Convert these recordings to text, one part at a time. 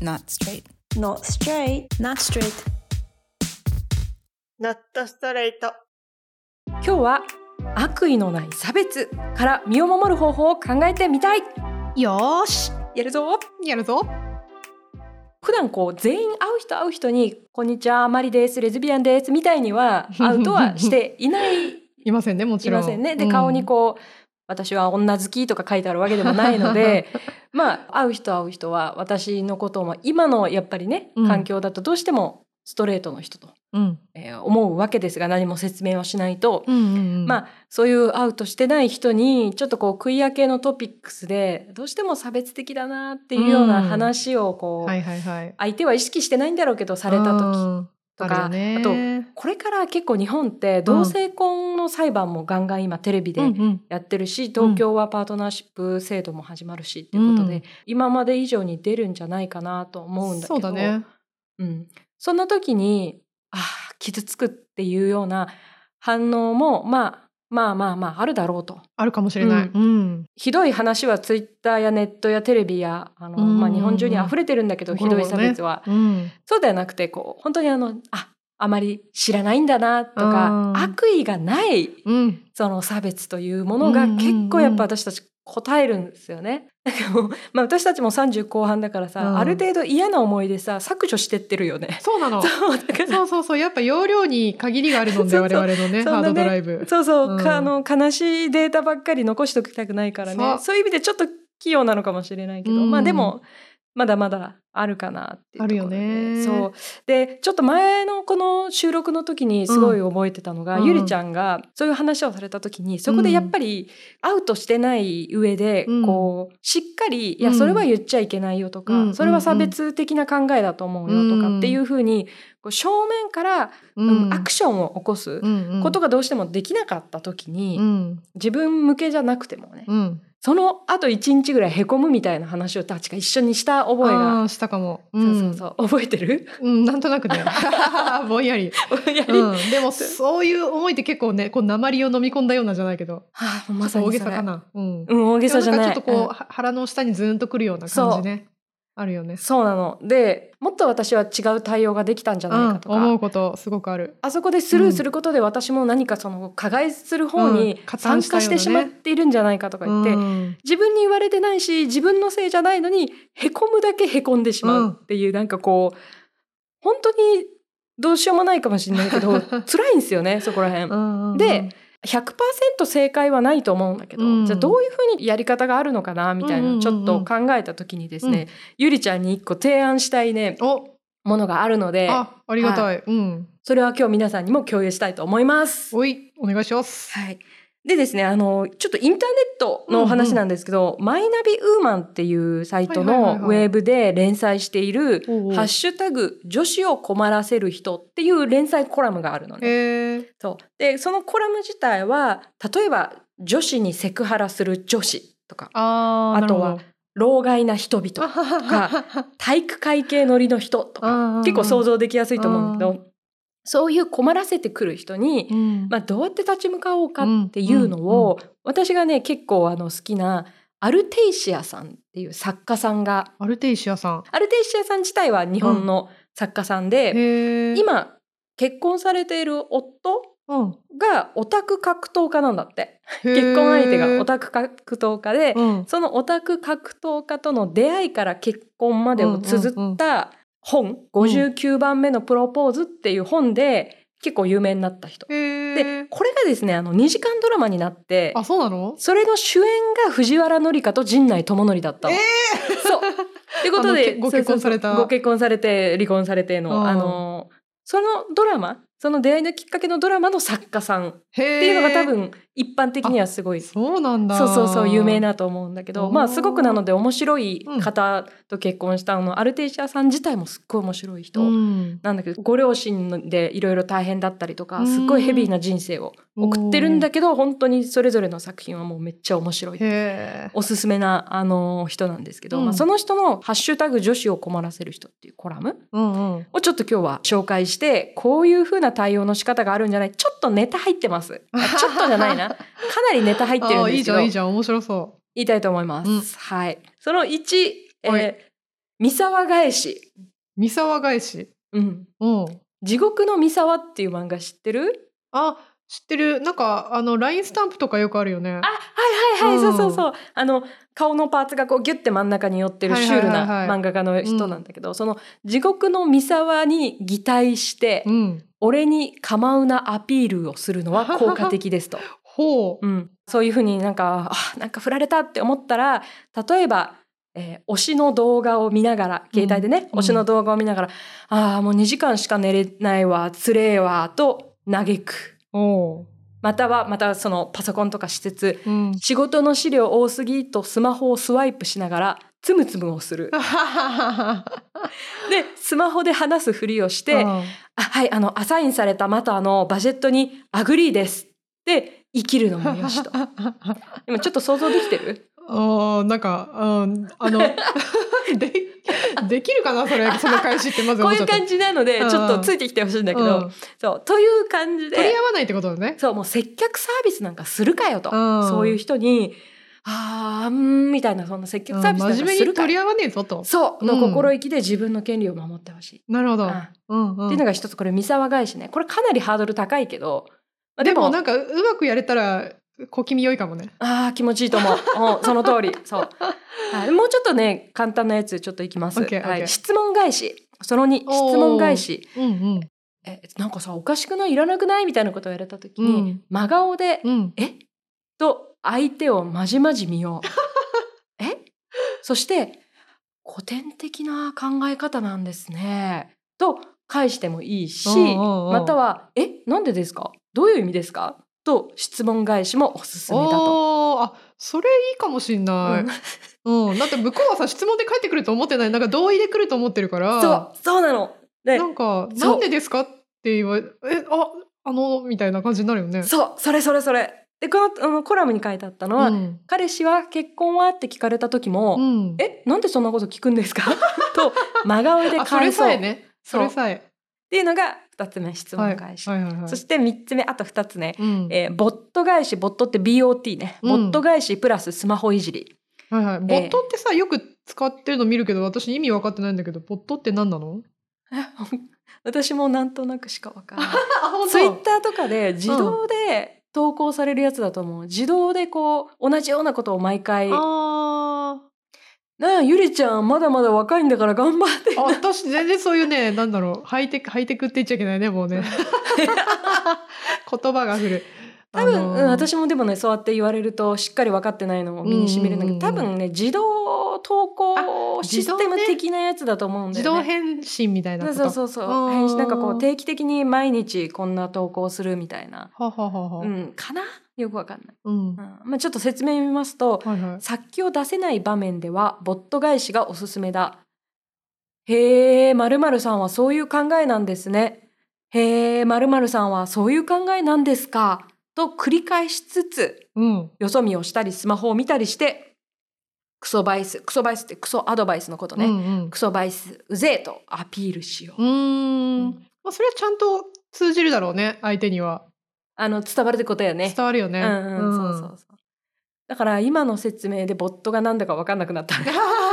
Not straight. Not straight. Not straight. Not straight. 今日は悪意のない差別から身を守る方法を考えてみたい。 よーし、 やるぞ。 やるぞ。 普段全員会う人にこんにちはマリですレズビアンですみたいには会うとはしていないいませんね、もちろん。 いませんね。で、顔に私は女好きとか書いてあるわけでもないのでまあ会う人は私のことを今のやっぱりね、環境だとどうしてもストレートの人と、思うわけですが、何も説明はしないと、まあそういう会うとしてない人にちょっとクイア系のトピックスでどうしても差別的だなっていうような話を相手は意識してないんだろうけどされた時とか、あとこれから結構日本って同性婚の裁判もガンガン今テレビでやってるし、東京はパートナーシップ制度も始まるしっていうことで、今まで以上に出るんじゃないかなと思うんだけど、 そうだね。 そんな時に傷つくっていうような反応もまああるだろうと。 あるかもしれない。 ひどい話はツイッターやネットやテレビや日本中に溢れてるんだけど、ひどい差別は、そうではなくて本当にあまり知らないんだなとか、悪意がない、その差別というものが結構やっぱ私たち答えるんですよね。だけど私たちも30後半だからさ、ある程度嫌な思いでさ削除してってるよね。 そうなの。そうやっぱ容量に限りがあるので我々のねハードドライブ。 悲しいデータばっかり残しておきたくないからね。そういう意味でちょっと器用なのかもしれないけど、でもまだまだあるかなっていうところで。あるよね。そうで、ちょっと前のこの収録の時にすごい覚えてたのが、ゆりちゃんがそういう話をされた時に、そこでやっぱりアウトしてない上でしっかり、いやそれは言っちゃいけないよとか、それは差別的な考えだと思うよとかっていうふうに正面からアクションを起こすことがどうしてもできなかった時に、自分向けじゃなくてもね、そのあと1日ぐらいへこむみたいな話をたちが一緒にした覚えが。 したかも。 そう覚えてる？ なんとなくね。ぼんやり。でもそういう思いって結構ね、鉛を飲み込んだようなじゃないけど。 まさに大げさかな。 大げさじゃない。 ちょっと腹の下にズーンとくるような感じね。あるよね。 そうなの。で、もっと私は違う対応ができたんじゃないかとか、 思うことすごくある。 あそこでスルーすることで私も何か加害する方に参加してしまっているんじゃないかとか言って、自分に言われてないし自分のせいじゃないのにへこむだけへこんでしまうっていう、本当にどうしようもないかもしれないけど辛いんですよね、そこら辺。で100% 正解はないと思うんだけど、じゃあどういうふうにやり方があるのかなみたいなちょっと考えた時にですね、ゆりちゃんに一個提案したいねものがあるので、 ありがたい。 それは今日皆さんにも共有したいと思います。 お願いします。 でですね、ちょっとインターネットのお話なんですけど、マイナビウーマンっていうサイトのウェブで連載しているハッシュタグ女子を困らせる人っていう連載コラムがあるのね。でそのコラム自体は例えば女子にセクハラする女子とか、あとは老害な人々とか体育会系乗りの人とか結構想像できやすいと思うんだけど、そういう困らせてくる人に、どうやって立ち向かおうかっていうのを、私がね結構好きなアルテイシアさんっていう作家さんが。 アルテイシアさん自体は日本の作家さんで、今結婚されている夫がオタク格闘家なんだって。結婚相手がオタク格闘家で、そのオタク格闘家との出会いから結婚までを綴った本、59番目のプロポーズっていう本で結構有名になった人で、これがですね2時間ドラマになって、 そうなの？ それの主演が藤原紀香と陣内智則だったの。そうってことでご結婚された、 ご結婚されて離婚されてのそのドラマ、その出会いのきっかけのドラマの作家さんっていうのが多分一般的にはすごい、 そうなんだ。 そう有名だと思うんだけど、すごくなので面白い方と結婚したアルテイシアさん自体もすっごい面白い人なんだけど、ご両親でいろいろ大変だったりとか、すっごいヘビーな人生を送ってるんだけど、本当にそれぞれの作品はもうめっちゃ面白い、おすすめな人なんですけど、その人のハッシュタグ女子を困らせる人っていうコラムをちょっと今日は紹介して、こういう風な対応の仕方があるんじゃない、ちょっとネタ入ってますちょっとじゃないな、かなりネタ入ってるんですけど、 いいじゃん面白そう、 言いたいと思います。その1、 三沢返し。 三沢返し。 うん。 うん。 地獄の三沢っていう漫画知ってる？ あ、知ってる。なんかLINE スタンプとかよくあるよね。 あ、はいはいはい、そうそうそう。顔のパーツがこうギュッて真ん中に寄ってるシュールな漫画家の人なんだけど、その地獄の三沢に擬態して、俺に構うなアピールをするのは効果的ですと。 ほう。 そういうふうになんか振られたって思ったら、例えば、推しの動画を見ながら、携帯でね、推しの動画を見ながら、もう2時間しか寝れないわ、つれえわ、と嘆く。またそのパソコンとかしつつ、仕事の資料多すぎとスマホをスワイプしながらつむつむをする。で、スマホで話すふりをして、はい、アサインされたバジェットにアグリーですって生きるのもよしと。今ちょっと想像できてる？ なんか、できるかなその返しってまずこういう感じなので、ちょっとついてきてほしいんだけど、そう、という感じで。 取り合わないってことだね。 そう、もう接客サービスなんかするかよと。そういう人に、みたいな、そんな接客サービスなんかするか。 真面目に取り合わねえぞと。 そうの心意気で自分の権利を守ってほしい。 なるほど。 っていうのが一つ、これ三沢返しね。これかなりハードル高いけど。 でもなんかうまくやれたら、小気味良いかもね。 気持ちいいと思う。その通り。そう。もうちょっとね、簡単なやつちょっといきます。質問返し。その2、質問返し。なんかさ、おかしくない？いらなくない？みたいなことをやられた時に、真顔で、と相手をまじまじ見よう。そして、古典的な考え方なんですね。と返してもいいし、または、なんでですか？どういう意味ですか？と質問返しもおすすめだと。 それいいかもしんない。だって向こうはさ、質問で返ってくると思ってない。なんか同意で来ると思ってるから。 そうなの。 なんか、なんでですかって言われ、みたいな感じになるよね。 それ。で、このコラムに書いてあったのは、彼氏は結婚はって聞かれた時も、なんでそんなこと聞くんですかと真顔で返そう。 それさえね。それさえ。 っていうのが2つ目、質問返し。そして3つ目、あと2つね。ボット返し、ボットって BOT ね。ボット返しプラススマホいじり。 ボットってさ、よく使ってるの見るけど、私意味分かってないんだけど、ボットって何なの？ 私もなんとなくしか分からない。ツイッターとかで自動で投稿されるやつだと思う。自動でこう、同じようなことを毎回。ゆりちゃんまだまだ若いんだから頑張って。 私全然そういうね、なんだろう、ハイテクって言っちゃいけないね、もうね。言葉が古い。 多分、私もでもね、そうやって言われるとしっかり分かってないのも身に染みるんだけど、多分ね、自動投稿システム的なやつだと思うんだよね。 自動返信みたいなこと。 そう。なんかこう定期的に毎日こんな投稿するみたいな。かな？よくわかんない。ちょっと説明見ますと、殺気を出せない場面ではボット返しがおすすめだ。へえ、〇〇さんはそういう考えなんですね。へえ、〇〇さんはそういう考えなんですか。と繰り返しつつ、よそ見をしたりスマホを見たりして、クソバイスってクソアドバイスのことね。クソバイスうぜえとアピールしよう。 それはちゃんと通じるだろうね、相手には。 伝わるってことやね。 伝わるよね。 そう。だから今の説明でボットが何だか分かんなくなった。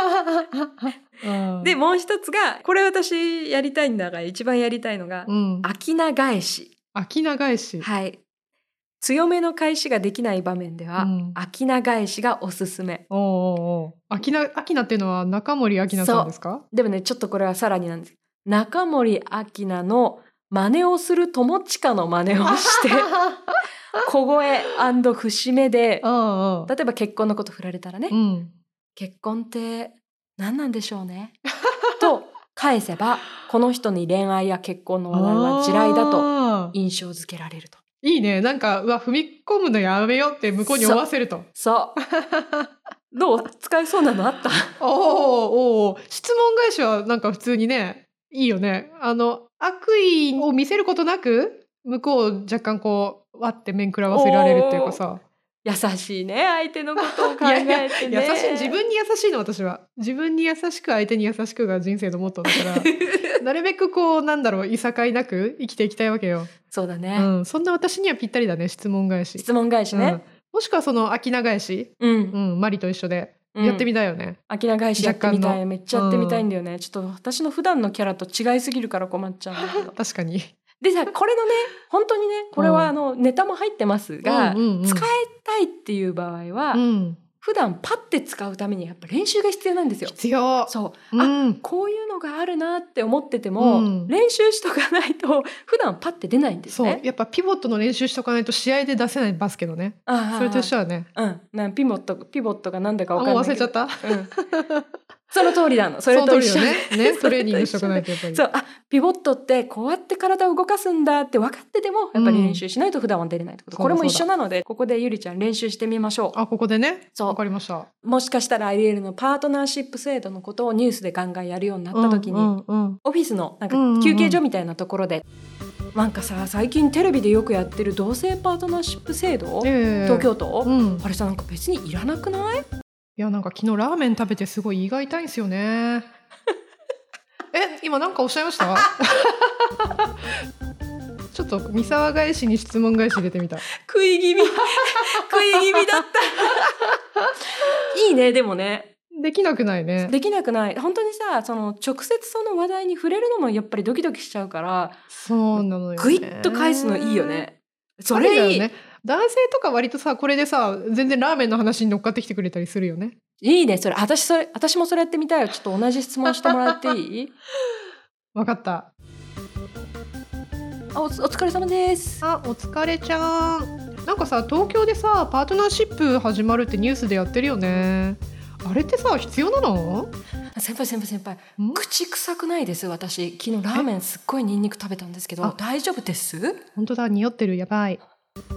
で、もう一つが、これ私やりたいんだが、一番やりたいのが、秋名返し。 秋名返し。 はい。強めの返しができない場面では、秋名返しがおすすめ。 秋名っていうのは中森明菜さんですか？ でもね、ちょっとこれはさらになんです。中森明菜の真似をする友近の真似をして小声&節目で、例えば結婚のこと振られたらね、結婚って何なんでしょうねと返せば、この人に恋愛や結婚の話題は地雷だと印象づけられると。 いいね。なんか踏み込むのやめようって向こうに追わせると。 そうどう？使えそうなのあった？ 質問返しはなんか普通にね、いいよね。悪意を見せることなく、向こうを若干こう、わって面食らわせられるっていうかさ。 優しいね、相手のことを考えてね。 優しい。自分に優しいの、私は。自分に優しく、相手に優しくが人生のモットーだから、なるべくこう、なんだろう、いさかいなく生きていきたいわけよ。 そうだね。 そんな私にはぴったりだね、質問返し。 質問返しね。 もしくはその秋名返し。マリと一緒で。 やってみたいよね。 アキナ返しやってみたい。 若干のめっちゃやってみたいんだよね。ちょっと私の普段のキャラと違いすぎるから困っちゃうんだけど。 確かに。 でさ、これのね、本当にね、これはネタも入ってますが、使いたいっていう場合は、普段パッて使うためにやっぱ練習が必要なんですよ。 必要。 そう。こういうのがあるなって思ってても、練習しとかないと普段パッて出ないんですね。 そう。やっぱピボットの練習しとかないと試合で出せないバスケのね。それと一緒はね。 ピボットがなんだか分かんないけど。 忘れちゃった。 その通りなの。それと一緒ね。トレーニングしとかないとやっぱり。 そう。ピボットってこうやって体を動かすんだって分かってても、やっぱり練習しないと普段は出れないってこと。これも一緒なので、ここでゆりちゃん練習してみましょう。 ここでね。そう。わかりました。 もしかしたらアリエルのパートナーシップ制度のことをニュースでガンガンやるようになった時に、オフィスのなんか休憩所みたいなところで、なんかさ、最近テレビでよくやってる同性パートナーシップ制度、東京都、あれさ、なんか別にいらなくない？ いや、なんか昨日ラーメン食べてすごい胃が痛いんですよね。今なんかおっしゃいました？ちょっと三沢返しに質問返し入れてみた。 食い気味だったいいね。でもね、 できなくないね。 できなくない。本当にさ、その直接その話題に触れるのもやっぱりドキドキしちゃうから、 そうなのよね。 グイッと返すのいいよね。それいい。 男性とか割とさ、これでさ、全然ラーメンの話に乗っかってきてくれたりするよね。 いいね。私もそれやってみたいよ。ちょっと同じ質問してもらっていい？ わかった。 お疲れ様です。 お疲れちゃん。なんかさ、東京でさ、パートナーシップ始まるってニュースでやってるよね。あれってさ、必要なの？ 先輩、口臭くないです。私昨日ラーメンすっごいニンニク食べたんですけど、大丈夫です？ 本当だ、匂ってる。やばい。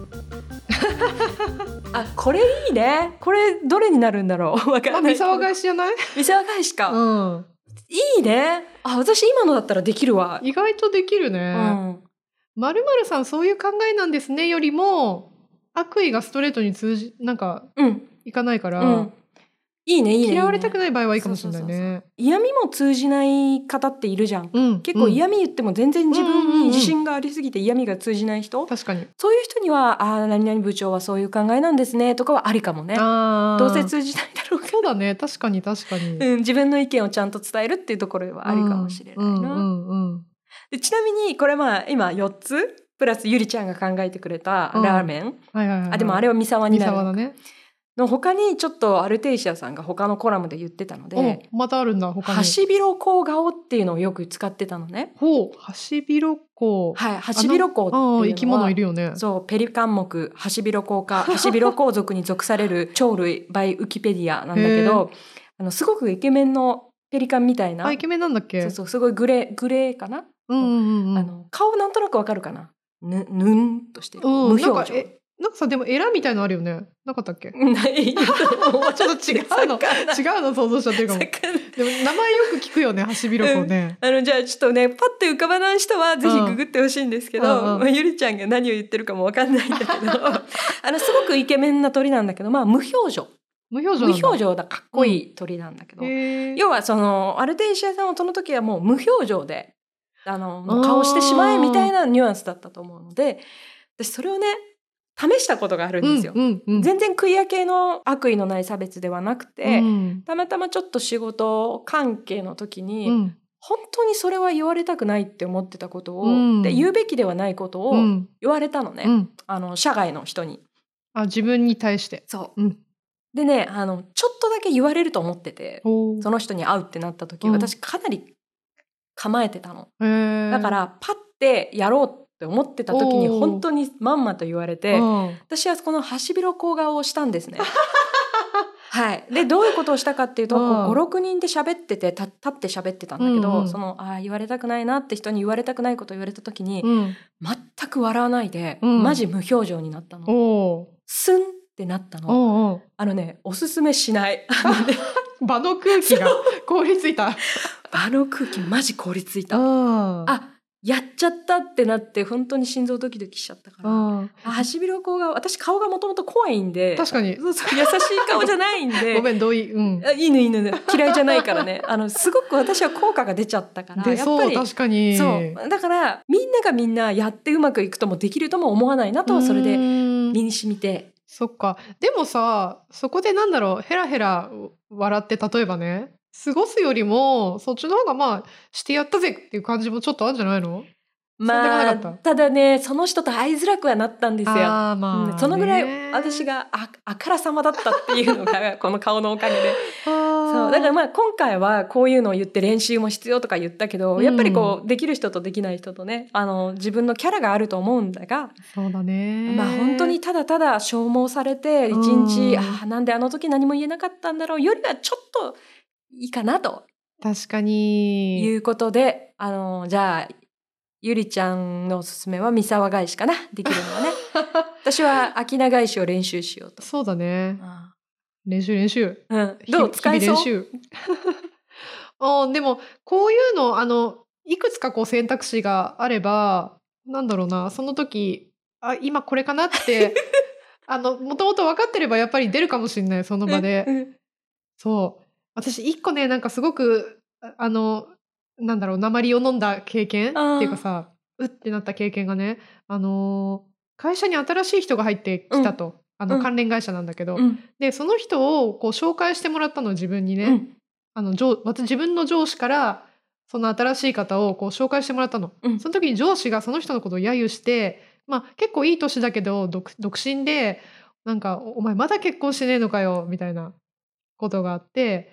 これいいね。これどれになるんだろう。わかんない。 三沢返しじゃない？ 三沢返しか。いいね。私今のだったらできるわ。 意外とできるね。〇〇さんそういう考えなんですねよりも、悪意がストレートにいかないから、いいね。嫌われたくない場合はいいかもしれないね。 嫌味も通じない方っているじゃん。結構嫌味言っても全然自分に自信がありすぎて嫌味が通じない人。 確かに。 そういう人には、何々部長はそういう考えなんですねとかはありかもね。どうせ通じないだろうから。 そうだね。確かに。 自分の意見をちゃんと伝えるっていうところはありかもしれないな。でちなみにこれ今4つプラスゆりちゃんが考えてくれたラーメン。でもあれは三沢になる。 三沢だね。 の他にちょっとアルテイシアさんが他のコラムで言ってたので、 またあるんだ。他にハシビロコウ顔っていうのをよく使ってたのね。 ハシビロコウ。 はい、ハシビロコウっていうのは生き物いるよね。 そう、ペリカン目ハシビロコウ科ハシビロコウ属に属される鳥類 by ウキペディアなんだけど、すごくイケメンのペリカンみたいな。 イケメンなんだっけ？ そう、すごいグレーかな。顔なんとなくわかるかな。ぬんとしてる。無表情。 なんかさ、でもエラみたいのあるよね。なかったっけ？ ないよ。 ちょっと違うの想像しちゃってるかも。でも名前よく聞くよね、ハシビロコウね。 じゃあちょっとね、パッと浮かばない人はぜひググってほしいんですけど、ゆりちゃんが何を言ってるかもわかんないんだけど、すごくイケメンな鳥なんだけど、無表情。無表情だ、かっこいい鳥なんだけど、要はそのアルテイシアさんはその時はもう無表情で顔してしまえみたいなニュアンスだったと思うので、私それをね試したことがあるんですよ。全然クイア系の悪意のない差別ではなくて、たまたまちょっと仕事関係の時に、本当にそれは言われたくないって思ってたことを、で言うべきではないことを言われたのね、社外の人に。 自分に対して。 そう。でね、ちょっとだけ言われると思ってて、その人に会うってなった時、私かなり構えてたの。だからパッてやろうって思ってた時に本当にまんまと言われて、私はこのハシビロコウ顔をしたんですね。はい。でどういうことをしたかっていうと、5、6人で喋ってて立って喋ってたんだけど、言われたくないなって人に言われたくないことを言われた時に、全く笑わないで、マジ無表情になったの。スンってなったの。おすすめしない。 場の空気が凍りついた。 場の空気マジ凍りついた。やっちゃったってなって本当に心臓ドキドキしちゃったから。ハシビロコウが、私顔がもともと怖いんで。 確かに。 優しい顔じゃないんで。 ごめん、同意。 犬嫌いじゃないからね。すごく私は効果が出ちゃったから。 やっぱり確かに。 そう。だからみんながみんなやってうまくいくともできるとも思わないなと、それで身に染みて。 そっか。でもさ、そこでなんだろう、ヘラヘラ笑って例えばね、過ごすよりも、そっちの方がまあ、してやったぜっていう感じもちょっとあるんじゃないの？そうでもなかった？ ただね、その人と会いづらくはなったんですよ。 まあそのぐらい私があからさまだったっていうのがこの顔のおかげで。そうだからまあ今回はこういうのを言って練習も必要とか言ったけど、やっぱりこうできる人とできない人とね、自分のキャラがあると思うんだが、 そうだね。 まあ本当にただただ消耗されて一日、なんであの時何も言えなかったんだろうよりはちょっといいかなと。 確かに。 いうことで、じゃあゆりちゃんのおすすめは三沢返しかな、できるのはね。私は秋名返しを練習しようと。 そうだね。練習。 どう？使えそう？ 日々練習。でもこういうのいくつかこう選択肢があれば、なんだろうな、その時今これかなってもともと分かってればやっぱり出るかもしれない、その場で。そう。私一個ね、なんかすごくなんだろう、鉛を飲んだ経験っていうかさ、うってなった経験がね、会社に新しい人が入ってきたと。関連会社なんだけど。で、その人をこう紹介してもらったの、自分にね。自分の上司から、その新しい方をこう紹介してもらったの。その時に上司がその人のことを揶揄して、結構いい年だけど、独身で、なんか、お前まだ結婚してねえのかよ、みたいなことがあって、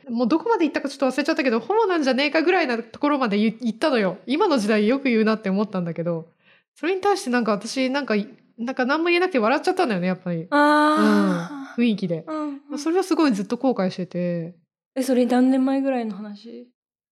もうどこまで行ったかちょっと忘れちゃったけど、ホモなんじゃねえかぐらいなところまで言ったのよ。今の時代よく言うなって思ったんだけど、それに対してなんか私、なんか何も言えなくて笑っちゃったんだよね、やっぱり。雰囲気で。それはすごいずっと後悔してて。 それ何年前ぐらいの話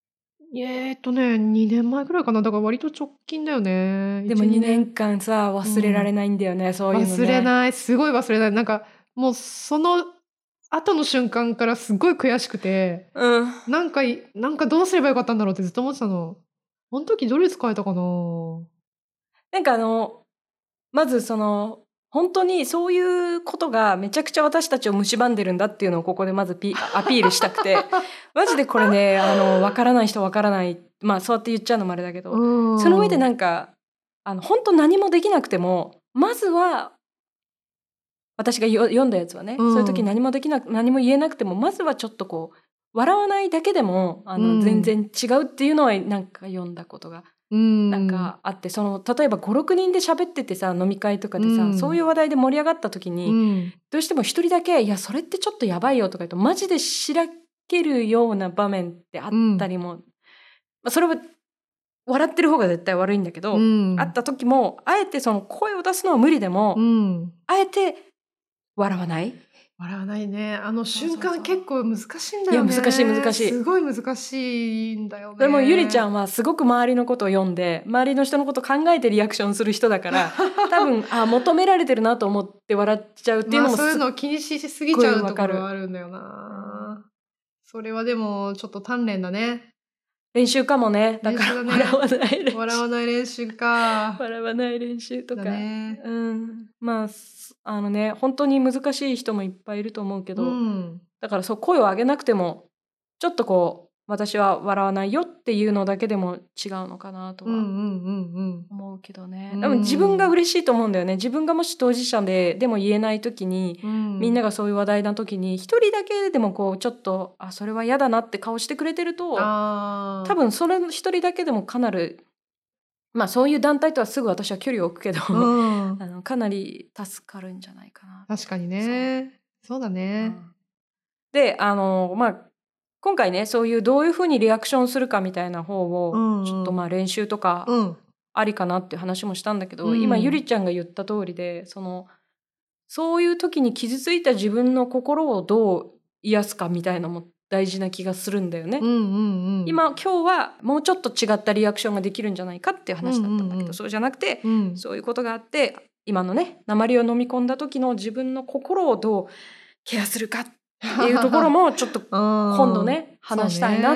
？2年前ぐらいかな。だから割と直近だよね。 でも2年間さ、忘れられないんだよね、そういうのね。 忘れない。すごい忘れない。なんか、もうその後の瞬間からすごい悔しくて、なんかどうすればよかったんだろうってずっと思ってたの。あの時どれ使えたかな？ なんかまず本当にそういうことがめちゃくちゃ私たちを蝕んでるんだっていうのをここでまずアピールしたくて、マジでこれね、わからない人わからない、まあそうやって言っちゃうのもあれだけど、その上でなんか、本当何もできなくても、まずは、私が読んだやつはね、そういう時何も言えなくても、まずはちょっとこう、笑わないだけでも、全然違うっていうのはなんか読んだことが。なんかあって、例えば5、6人で喋っててさ、飲み会とかでさ、そういう話題で盛り上がった時に、どうしても一人だけ、いや、それってちょっとやばいよとか言うと、マジでしらけるような場面ってあったりも、それは笑ってる方が絶対悪いんだけど、あった時も、あえて声を出すのは無理でも、あえて笑わない。 笑わないね。瞬間結構難しいんだよね。 いや、難しい。 すごい難しいんだよね。 でもゆりちゃんはすごく周りのことを読んで、周りの人のことを考えてリアクションする人だから、多分求められてるなと思って笑っちゃうっていうのもそういうのを気にしすぎちゃうところはあるんだよな。それはでもちょっと鍛錬だね。 練習かもね。だから笑わない練習。 笑わない練習か。 笑わない練習とか。まあ本当に難しい人もいっぱいいると思うけど、だから声を上げなくてもちょっとこう私は笑わないよっていうのだけでも違うのかなとは思うけどね。でも自分が嬉しいと思うんだよね。自分がもし当事者でも言えない時に、みんながそういう話題な時に一人だけでもこうちょっとそれは嫌だなって顔してくれてると、多分それ一人だけでもかなり、まあそういう団体とはすぐ私は距離を置くけど、かなり助かるんじゃないかな。 確かにね。そうだね。 で今回ね、そういうどういうふうにリアクションするかみたいな方をちょっと練習とかありかなっていう話もしたんだけど、今ゆりちゃんが言った通りで、そういう時に傷ついた自分の心をどう癒すかみたいなのも大事な気がするんだよね。今日はもうちょっと違ったリアクションができるんじゃないかっていう話だったんだけど、そうじゃなくて、そういうことがあって今のね、鉛を飲み込んだ時の自分の心をどうケアするかっていうところもちょっと今度ね話したいなって。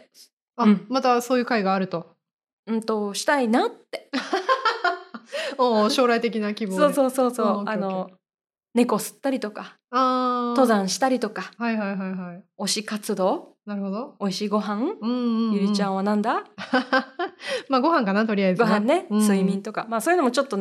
またそういう会があると。 したいなって。 将来的な希望で。 そう猫吸ったりとか、登山したりとか、推し活動、 なるほど。 美味しいご飯、ゆりちゃんはなんだ？ ご飯かな、とりあえず。 ご飯ね、睡眠とか、そういうのもちょっとね、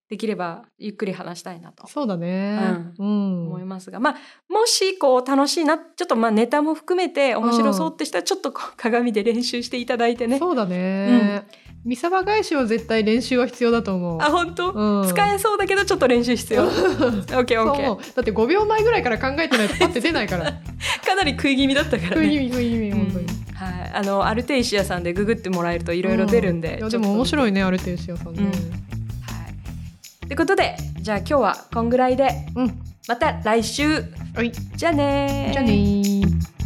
できればゆっくり話したいなと。 そうだね。 思いますが、もし楽しいな、ちょっとネタも含めて面白そうってしたら、ちょっと鏡で練習していただいてね。 そうだね。見さば返しは絶対練習は必要だと思う。 あ、本当？使えそうだけどちょっと練習必要。オッケー。 だって5秒前ぐらいから考えてないとパッて出ないから。 かなり食い気味だったからね。 食い気味本当に。 はい、アルテイシアさんでググってもらえるといろいろ出るんで。 いやでも面白いね、アルテイシアさんね。はい。 ということで、じゃあ今日はこんぐらいで、また来週。 はい。 じゃあね。 じゃあね。